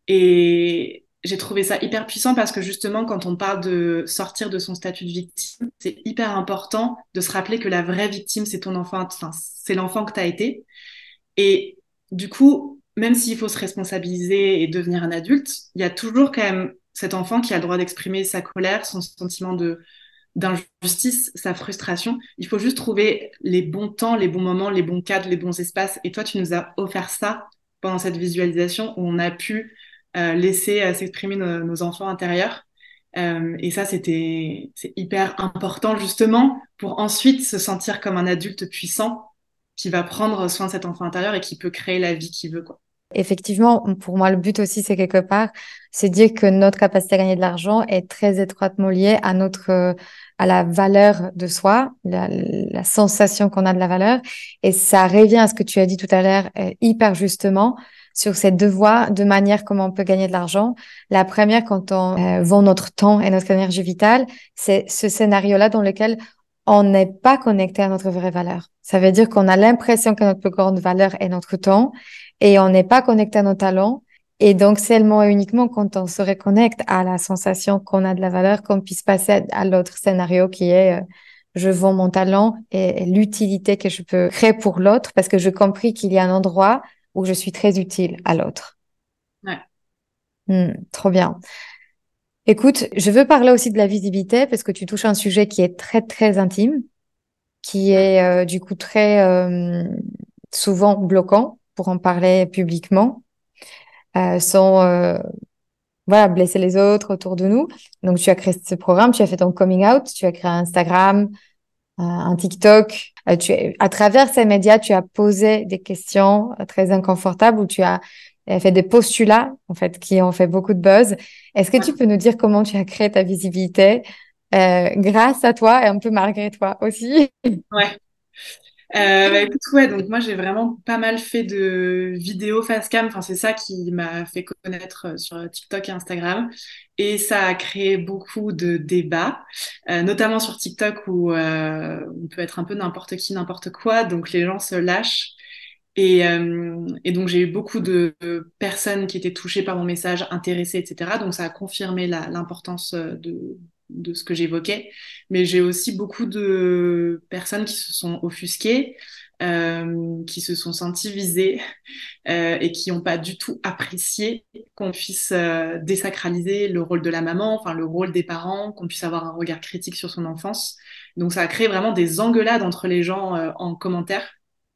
Et j'ai trouvé ça hyper puissant parce que justement, quand on parle de sortir de son statut de victime, c'est hyper important de se rappeler que la vraie victime, c'est ton enfant, enfin, c'est l'enfant que tu as été. Et du coup, même s'il faut se responsabiliser et devenir un adulte, il y a toujours quand même cet enfant qui a le droit d'exprimer sa colère, son sentiment de d'injustice, sa frustration. Il faut juste trouver les bons temps, les bons moments, les bons cadres, les bons espaces. Et toi, tu nous as offert ça pendant cette visualisation où on a pu euh, laisser euh, s'exprimer nos, nos enfants intérieurs. Euh, et ça, c'était, c'est hyper important justement pour ensuite se sentir comme un adulte puissant qui va prendre soin de cet enfant intérieur et qui peut créer la vie qu'il veut, quoi. Effectivement, pour moi, le but aussi, c'est quelque part, c'est dire que notre capacité à gagner de l'argent est très étroitement liée à notre, euh, à la valeur de soi, la, la sensation qu'on a de la valeur. Et ça revient à ce que tu as dit tout à l'heure, euh, hyper justement, sur ces deux voies, de manière comment on peut gagner de l'argent. La première, quand on euh, vend notre temps et notre énergie vitale, c'est ce scénario-là dans lequel on n'est pas connecté à notre vraie valeur. Ça veut dire qu'on a l'impression que notre plus grande valeur est notre temps et on n'est pas connecté à nos talents. Et donc, seulement et uniquement quand on se reconnecte à la sensation qu'on a de la valeur, qu'on puisse passer à l'autre scénario qui est euh, je vends mon talent et, et l'utilité que je peux créer pour l'autre parce que j'ai compris qu'il y a un endroit où je suis très utile à l'autre. Ouais. Hmm, trop bien. Écoute, je veux parler aussi de la visibilité parce que tu touches un sujet qui est très, très intime, qui Mm. est euh, du coup très euh, souvent bloquant pour en parler publiquement, euh, sans euh, voilà, blesser les autres autour de nous. Donc, tu as créé ce programme, tu as fait ton coming out, tu as créé un Instagram, euh, un TikTok. Euh, tu, à travers ces médias, tu as posé des questions euh, très inconfortables où tu as elle fait des postulats, en fait, qui ont fait beaucoup de buzz. Est-ce que tu peux nous dire comment tu as créé ta visibilité euh, grâce à toi et un peu malgré toi aussi? Ouais. Euh, bah, écoute, ouais, donc moi j'ai vraiment pas mal fait de vidéos face cam. Enfin, c'est ça qui m'a fait connaître euh, sur TikTok et Instagram. Et ça a créé beaucoup de débats, euh, notamment sur TikTok où euh, on peut être un peu n'importe qui, n'importe quoi. Donc les gens se lâchent. Et, euh, et donc j'ai eu beaucoup de de personnes qui étaient touchées par mon message, intéressées, et cetera. Donc ça a confirmé la- l'importance euh, de, de ce que j'évoquais. Mais j'ai aussi beaucoup de personnes qui se sont offusquées, euh, qui se sont senties visées euh, et qui n'ont pas du tout apprécié qu'on puisse euh, désacraliser le rôle de la maman, enfin le rôle des parents, qu'on puisse avoir un regard critique sur son enfance. Donc ça a créé vraiment des engueulades entre les gens euh, en commentaire.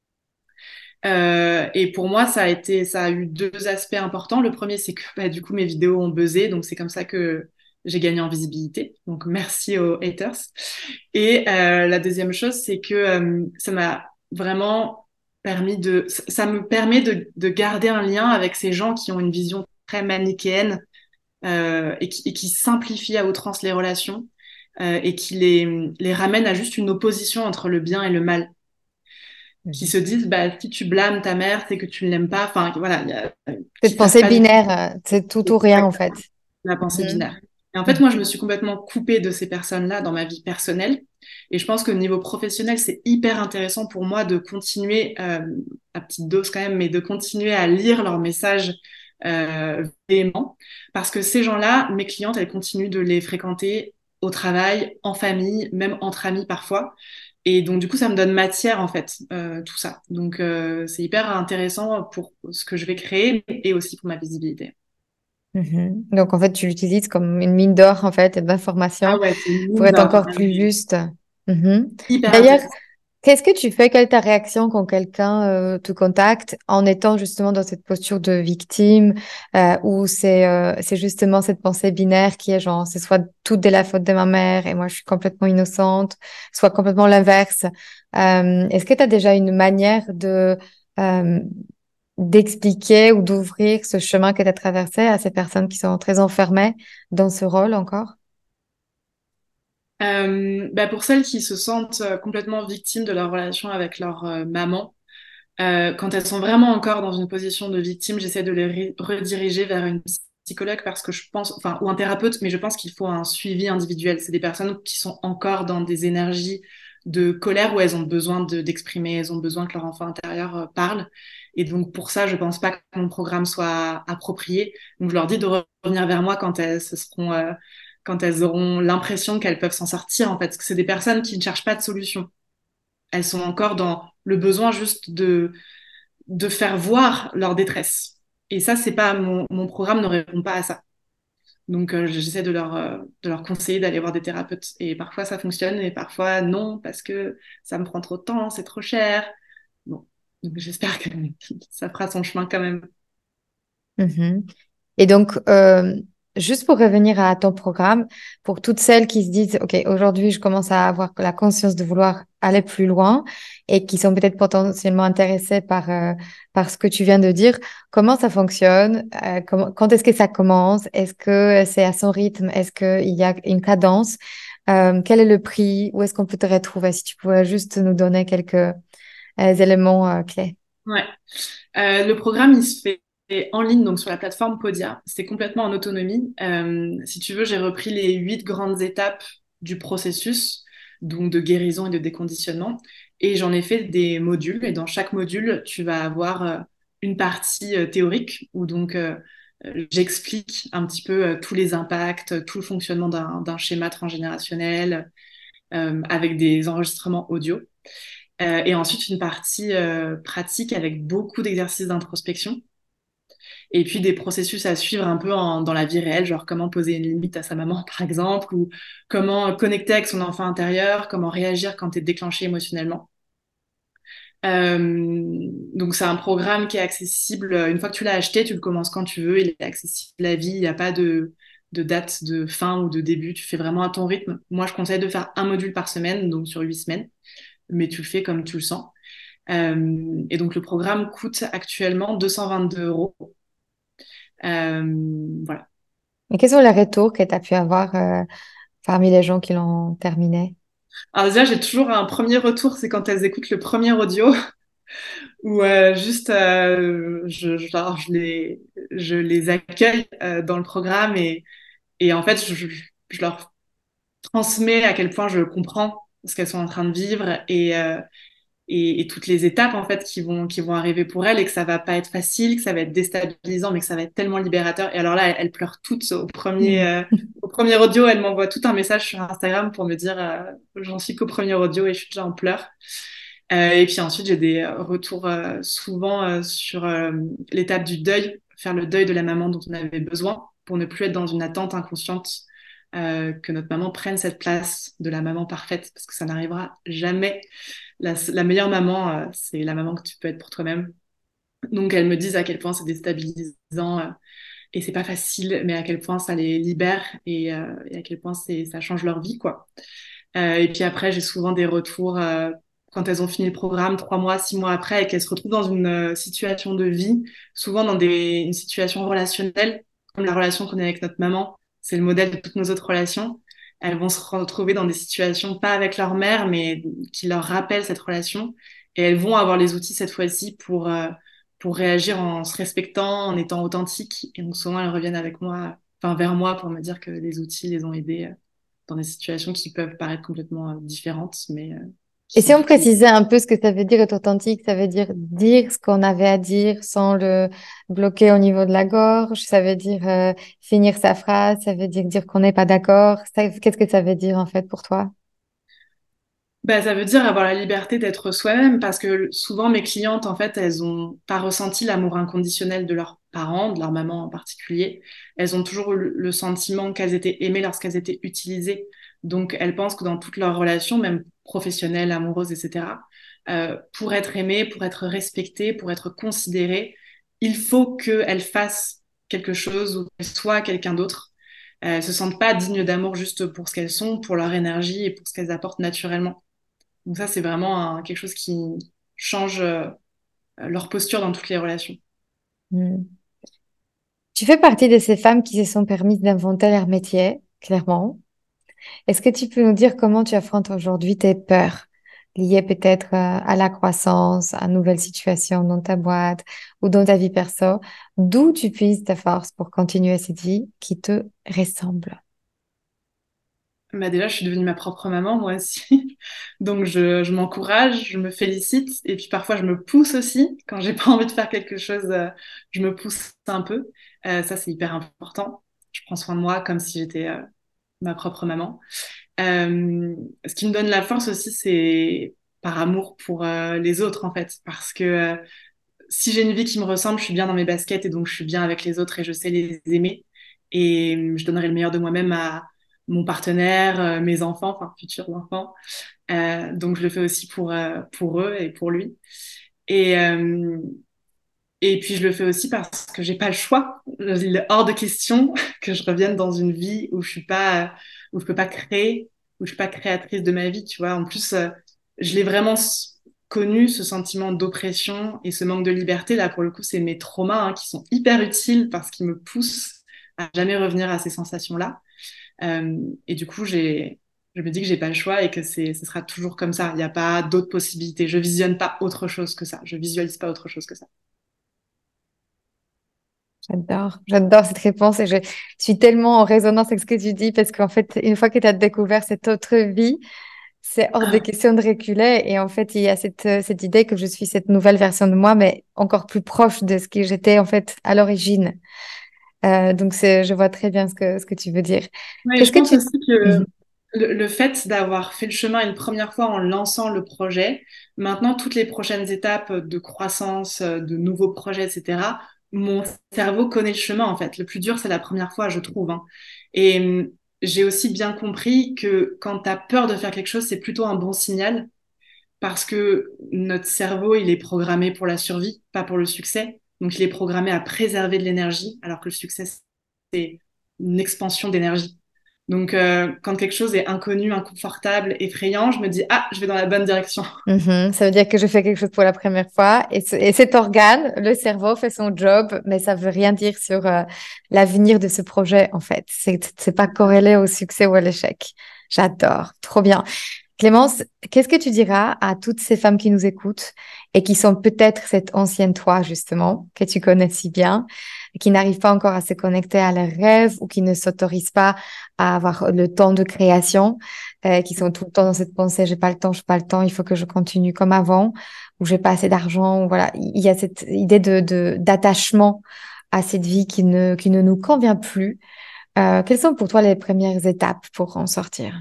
Euh, et pour moi, ça a été, ça a eu deux aspects importants. Le premier, c'est que bah, du coup, mes vidéos ont buzzé, donc c'est comme ça que j'ai gagné en visibilité. Donc merci aux haters. Et euh, la deuxième chose, c'est que euh, ça m'a vraiment permis de, ça me permet de, de garder un lien avec ces gens qui ont une vision très manichéenne euh, et, qui, et qui simplifient à outrance les relations euh, et qui les, les ramènent à juste une opposition entre le bien et le mal qui Mhm. se disent bah si tu blâmes ta mère c'est que tu ne l'aimes pas enfin voilà il y a, Cette qui savent pensée pas du tout binaire, euh, c'est tout ou rien, en fait. la pensée Mhm. binaire. Et en fait moi je me suis complètement coupée de ces personnes-là dans ma vie personnelle et je pense que au niveau professionnel c'est hyper intéressant pour moi de continuer euh, à petite dose quand même mais de continuer à lire leurs messages euh, véhéments parce que ces gens-là mes clientes elles continuent de les fréquenter au travail, en famille, même entre amis parfois. Et donc, du coup, ça me donne matière, en fait, euh, tout ça. Donc, euh, c'est hyper intéressant pour ce que je vais créer et aussi pour ma visibilité. Mhm. Donc, en fait, tu l'utilises comme une mine d'or, en fait, Ah d'informations ouais, c'est une pour mine être d'or. encore plus juste. Mhm. Hyper D'ailleurs, intéressant. qu'est-ce que tu fais? Quelle est ta réaction quand quelqu'un euh, te contacte en étant justement dans cette posture de victime euh, où c'est euh, c'est justement cette pensée binaire qui est genre, c'est soit tout est la faute de ma mère et moi je suis complètement innocente, soit complètement l'inverse. Euh, est-ce que tu as déjà une manière de euh, d'expliquer ou d'ouvrir ce chemin que tu as traversé à ces personnes qui sont très enfermées dans ce rôle encore? Euh, bah pour celles qui se sentent euh, complètement victimes de leur relation avec leur euh, maman, euh, quand elles sont vraiment encore dans une position de victime, j'essaie de les re- rediriger vers une psychologue parce que je pense, enfin, ou un thérapeute, mais je pense qu'il faut un suivi individuel. C'est des personnes qui sont encore dans des énergies de colère où elles ont besoin de- d'exprimer, elles ont besoin que leur enfant intérieur euh, parle. Et donc, pour ça, je pense pas que mon programme soit approprié. Donc, je leur dis de revenir vers moi quand elles se seront, euh, quand elles auront l'impression qu'elles peuvent s'en sortir, en fait, parce que c'est des personnes qui ne cherchent pas de solution. Elles sont encore dans le besoin juste de, de faire voir leur détresse. Et ça, c'est pas mon, mon programme ne répond pas à ça. Donc, euh, j'essaie de leur, euh, de leur conseiller d'aller voir des thérapeutes. Et parfois, ça fonctionne, et parfois, non, parce que ça me prend trop de temps, c'est trop cher. Bon, donc j'espère que ça fera son chemin quand même. Mhm. Et donc, euh, juste pour revenir à ton programme, pour toutes celles qui se disent, OK, aujourd'hui, je commence à avoir la conscience de vouloir aller plus loin et qui sont peut-être potentiellement intéressées par, euh, par ce que tu viens de dire, comment ça fonctionne? Euh, comment- quand est-ce que ça commence? Est-ce que c'est à son rythme? Est-ce qu'il y a une cadence? Euh, quel est le prix? Où est-ce qu'on peut te retrouver? Si tu pouvais juste nous donner quelques euh, éléments euh, clés. Ouais. Euh, le programme, il se fait en ligne, donc sur la plateforme Podia. C'est complètement en autonomie. Euh, si tu veux, j'ai repris les huit grandes étapes du processus, donc de guérison et de déconditionnement, et j'en ai fait des modules. Et dans chaque module, tu vas avoir euh, une partie euh, théorique où donc euh, euh, j'explique un petit peu euh, tous les impacts, tout le fonctionnement d'un d'un schéma transgénérationnel euh, avec des enregistrements audio. Euh, et ensuite, une partie euh, pratique avec beaucoup d'exercices d'introspection. Et puis des processus à suivre un peu en- dans la vie réelle, genre comment poser une limite à sa maman, par exemple, ou comment connecter avec son enfant intérieur, comment réagir quand tu es déclenché émotionnellement. Euh, donc c'est un programme qui est accessible, une fois que tu l'as acheté, tu le commences quand tu veux, il est accessible à vie, il n'y a pas de, de date de fin ou de début, tu fais vraiment à ton rythme. Moi, je conseille de faire un module par semaine, donc sur huit semaines, mais tu le fais comme tu le sens. Euh, et donc le programme coûte actuellement deux cent vingt-deux euros. Euh, voilà. Et quels sont les retours que tu as pu avoir euh, parmi les gens qui l'ont terminé? Alors déjà, j'ai toujours un premier retour, c'est quand elles écoutent le premier audio, où euh, juste euh, je, je, alors, je les, je les accueille euh, dans le programme et, et en fait, je, je, je leur transmets à quel point je comprends ce qu'elles sont en train de vivre et, euh, et, et toutes les étapes en fait qui vont, qui vont arriver pour elles et que ça va pas être facile, que ça va être déstabilisant, mais que ça va être tellement libérateur. Et alors là, elles, elles pleurent toutes au premier, Mm. euh, au premier audio. Elles m'envoient tout un message sur Instagram pour me dire euh, j'en suis qu'au premier audio et je suis déjà en pleurs. Euh, et puis ensuite, j'ai des retours euh, souvent euh, sur euh, l'étape du deuil, faire le deuil de la maman dont on avait besoin pour ne plus être dans une attente inconsciente, euh, que notre maman prenne cette place de la maman parfaite, parce que ça n'arrivera jamais. La, la meilleure maman, euh, c'est la maman que tu peux être pour toi-même. Donc elles me disent à quel point c'est déstabilisant euh, et c'est pas facile, mais à quel point ça les libère et, euh, et à quel point c'est, ça change leur vie, quoi. Euh, et puis après, j'ai souvent des retours euh, quand elles ont fini le programme, trois mois, six mois après, et qu'elles se retrouvent dans une euh, situation de vie, souvent dans des, une situation relationnelle, comme la relation qu'on a avec notre maman. C'est le modèle de toutes nos autres relations. Elles vont se retrouver dans des situations, pas avec leur mère, mais qui leur rappellent cette relation. Et elles vont avoir les outils cette fois-ci pour, euh, pour réagir en se respectant, en étant authentiques. Et donc souvent, elles reviennent avec moi, enfin vers moi, pour me dire que les outils les ont aidées euh, dans des situations qui peuvent paraître complètement euh, différentes, mais euh, qui Et sont si on toutes les... précisait un peu ce que ça veut dire être authentique, ça veut dire dire ce qu'on avait à dire sans le bloquer au niveau de la gorge, ça veut dire euh, finir sa phrase, ça veut dire dire qu'on n'est pas d'accord. Ça- Qu'est-ce que ça veut dire en fait pour toi? Bah, ça veut dire avoir la liberté d'être soi-même parce que souvent mes clientes, en fait, elles ont pas ressenti l'amour inconditionnel de leurs parents, de leur maman en particulier. Elles ont toujours eu le le sentiment qu'elles étaient aimées lorsqu'elles étaient utilisées. Donc, elles pensent que dans toutes leurs relations, même professionnelles, amoureuses, et cetera, euh, pour être aimées, pour être respectées, pour être considérées, il faut qu'elles fassent quelque chose ou qu'elles soient quelqu'un d'autre. Euh, elles se sentent pas dignes d'amour juste pour ce qu'elles sont, pour leur énergie et pour ce qu'elles apportent naturellement. Donc ça, c'est vraiment un- quelque chose qui change euh, leur posture dans toutes les relations. Hmm. Tu fais partie de ces femmes qui se sont permises d'inventer leur métier, clairement. Est-ce que tu peux nous dire comment tu affrontes aujourd'hui tes peurs liées peut-être euh, à la croissance, à une nouvelle situation dans ta boîte ou dans ta vie perso? D'où tu puises ta force pour continuer cette vie qui te ressemble? Bah déjà, je suis devenue ma propre maman, moi aussi. Donc, je, je m'encourage, je me félicite. Et puis, parfois, je me pousse aussi. Quand j'ai pas envie de faire quelque chose, euh, je me pousse un peu. Euh, ça, c'est hyper important. Je prends soin de moi comme si j'étais euh, ma propre maman. Euh, ce qui me donne la force aussi, c'est par amour pour euh, les autres, en fait. Parce que euh, si j'ai une vie qui me ressemble, je suis bien dans mes baskets et donc je suis bien avec les autres et je sais les aimer. Et euh, je donnerai le meilleur de moi-même à mon partenaire, euh, mes enfants, enfin futurs enfants. Euh, donc je le fais aussi pour, euh, pour eux et pour lui. Et, euh, et puis je le fais aussi parce que j'ai pas le choix. Il est hors de question que je revienne dans une vie où je suis pas, où je peux pas créer, où je suis pas créatrice de ma vie, tu vois. En plus, euh, je l'ai vraiment s- connu, ce sentiment d'oppression et ce manque de liberté. Là, pour le coup, c'est mes traumas hein, qui sont hyper utiles parce qu'ils me poussent à jamais revenir à ces sensations-là. Euh, et du coup, j'ai, je me dis que j'ai pas le choix et que c'est, ce sera toujours comme ça. Il n'y a pas d'autres possibilités. Je visionne pas autre chose que ça. Je visualise pas autre chose que ça. J'adore, j'adore cette réponse et je suis tellement en résonance avec ce que tu dis parce qu'en fait, une fois que tu as découvert cette autre vie, c'est hors de question de reculer. Et en fait, il y a cette, euh, cette idée que je suis cette nouvelle version de moi, mais encore plus proche de ce que j'étais en fait à l'origine. Euh, donc, c'est, je vois très bien ce que, ce que tu veux dire. Oui, Qu'est-ce je que pense tu... aussi que Mhm. le, le fait d'avoir fait le chemin une première fois en lançant le projet, maintenant, toutes les prochaines étapes de croissance, de nouveaux projets, et cetera, mon cerveau connaît le chemin, en fait. Le plus dur, c'est la première fois, je trouve, hein. Et hum, j'ai aussi bien compris que quand tu as peur de faire quelque chose, c'est plutôt un bon signal parce que notre cerveau, il est programmé pour la survie, pas pour le succès. Donc, il est programmé à préserver de l'énergie, alors que le succès, c'est une expansion d'énergie. Donc, euh, quand quelque chose est inconnu, inconfortable, effrayant, je me dis, ah, je vais dans la bonne direction. Mhm. Ça veut dire que je fais quelque chose pour la première fois et, ce- et cet organe, le cerveau, fait son job, mais ça veut rien dire sur euh, l'avenir de ce projet, en fait. C'est, c'est pas corrélé au succès ou à l'échec. J'adore. Trop bien. Clémence, qu'est-ce que tu diras à toutes ces femmes qui nous écoutent et qui sont peut-être cette ancienne toi, justement, que tu connais si bien, et qui n'arrivent pas encore à se connecter à leurs rêves ou qui ne s'autorisent pas à avoir le temps de création, euh, qui sont tout le temps dans cette pensée, j'ai pas le temps, j'ai pas le temps, il faut que je continue comme avant, ou j'ai pas assez d'argent, ou voilà. Il y a cette idée de, de, d'attachement à cette vie qui ne, qui ne nous convient plus. Euh, quelles sont pour toi les premières étapes pour en sortir?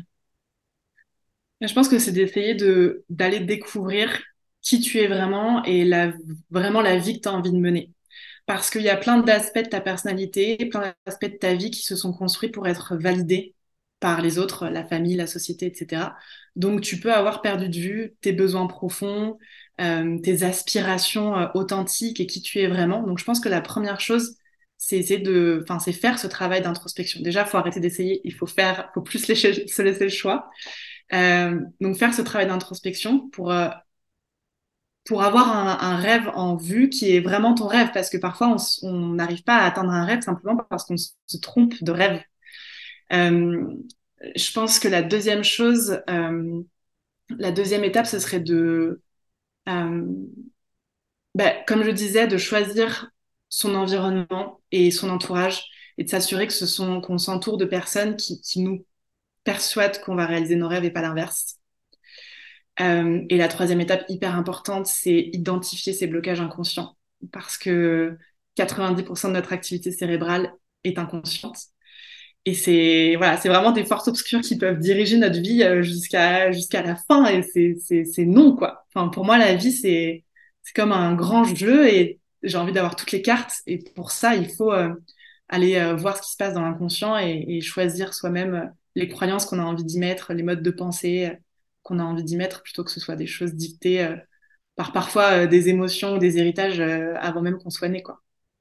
Je pense que c'est d'essayer de d'aller découvrir qui tu es vraiment et la, vraiment la vie que tu as envie de mener. Parce qu'il y a plein d'aspects de ta personnalité, plein d'aspects de ta vie qui se sont construits pour être validés par les autres, la famille, la société, et cetera. Donc tu peux avoir perdu de vue tes besoins profonds, euh, tes aspirations euh, authentiques et qui tu es vraiment. Donc je pense que la première chose, c'est essayer de, enfin, c'est faire ce travail d'introspection. Déjà, il faut arrêter d'essayer, il faut faire, faut plus lécher- se laisser le choix. Euh, donc faire ce travail d'introspection pour euh, pour avoir un, un rêve en vue qui est vraiment ton rêve, parce que parfois on s- on n'arrive pas à atteindre un rêve simplement parce qu'on s- se trompe de rêve. Euh, je pense que la deuxième chose, euh, la deuxième étape, ce serait de, euh, ben, comme je disais, de choisir son environnement et son entourage et de s'assurer que ce sont qu'on s'entoure de personnes qui, qui nous persuadent qu'on va réaliser nos rêves et pas l'inverse. Euh, et la troisième étape hyper importante, c'est identifier ces blocages inconscients. Parce que quatre-vingt-dix pour cent de notre activité cérébrale est inconsciente. Et c'est voilà, c'est vraiment des forces obscures qui peuvent diriger notre vie euh, jusqu'à jusqu'à la fin. Et c'est c'est c'est non quoi. Enfin pour moi la vie c'est c'est comme un grand jeu et j'ai envie d'avoir toutes les cartes. Et pour ça il faut euh, aller euh, voir ce qui se passe dans l'inconscient et, et choisir soi-même euh, les croyances qu'on a envie d'y mettre, les modes de pensée euh, qu'on a envie d'y mettre plutôt que ce soit des choses dictées euh, par parfois euh, des émotions ou des héritages euh, avant même qu'on soit né quoi.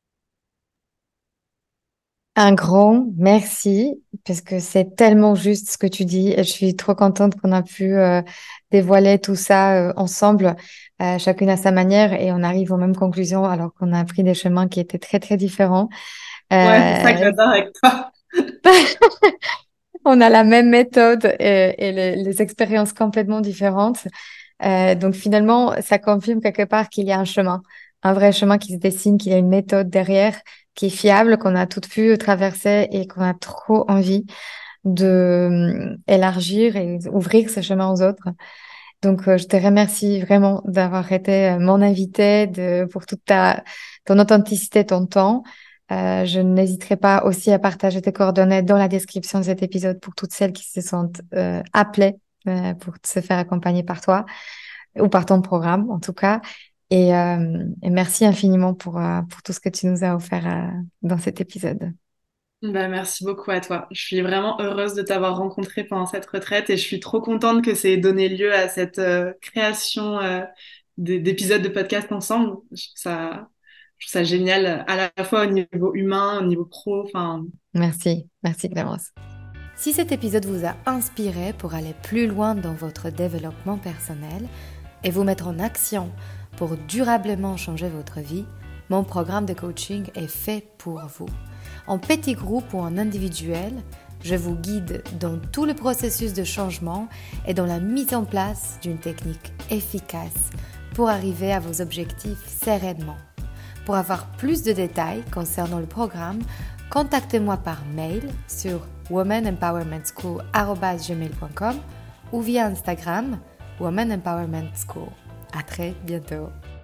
Un grand merci, parce que c'est tellement juste ce que tu dis. Et je suis trop contente qu'on a pu euh, dévoiler tout ça euh, ensemble, euh, chacune à sa manière, et on arrive aux mêmes conclusions alors qu'on a pris des chemins qui étaient très, très différents. Ouais, c'est ça que Euh, j'adore avec toi. on a la même méthode et, et les, les expériences complètement différentes. Euh, donc finalement, ça confirme quelque part qu'il y a un chemin, un vrai chemin qui se dessine, qu'il y a une méthode derrière qui est fiable, qu'on a toutes pu traverser et qu'on a trop envie de euh, élargir et ouvrir ce chemin aux autres. Donc, euh, je te remercie vraiment d'avoir été euh, mon invité, de, pour toute ta, ton authenticité, ton temps. Euh, je n'hésiterai pas aussi à partager tes coordonnées dans la description de cet épisode pour toutes celles qui se sentent euh, appelées euh, pour se faire accompagner par toi ou par ton programme en tout cas. Et, euh, et merci infiniment pour, euh, pour tout ce que tu nous as offert euh, dans cet épisode. Bah, merci beaucoup à toi. Je suis vraiment heureuse de t'avoir rencontré pendant cette retraite et je suis trop contente que ça ait donné lieu à cette euh, création euh, d- d'épisodes de podcast ensemble. Je trouve ça, je trouve ça génial à la fois au niveau humain, au niveau pro. Enfin, Merci, merci Clémence. Si cet épisode vous a inspiré pour aller plus loin dans votre développement personnel et vous mettre en action pour durablement changer votre vie, mon programme de coaching est fait pour vous. En petit groupe ou en individuel, je vous guide dans tout le processus de changement et dans la mise en place d'une technique efficace pour arriver à vos objectifs sereinement. Pour avoir plus de détails concernant le programme, contactez-moi par mail sur woman empowerment school arobase gmail point com ou via Instagram woman empowerment school. À très bientôt.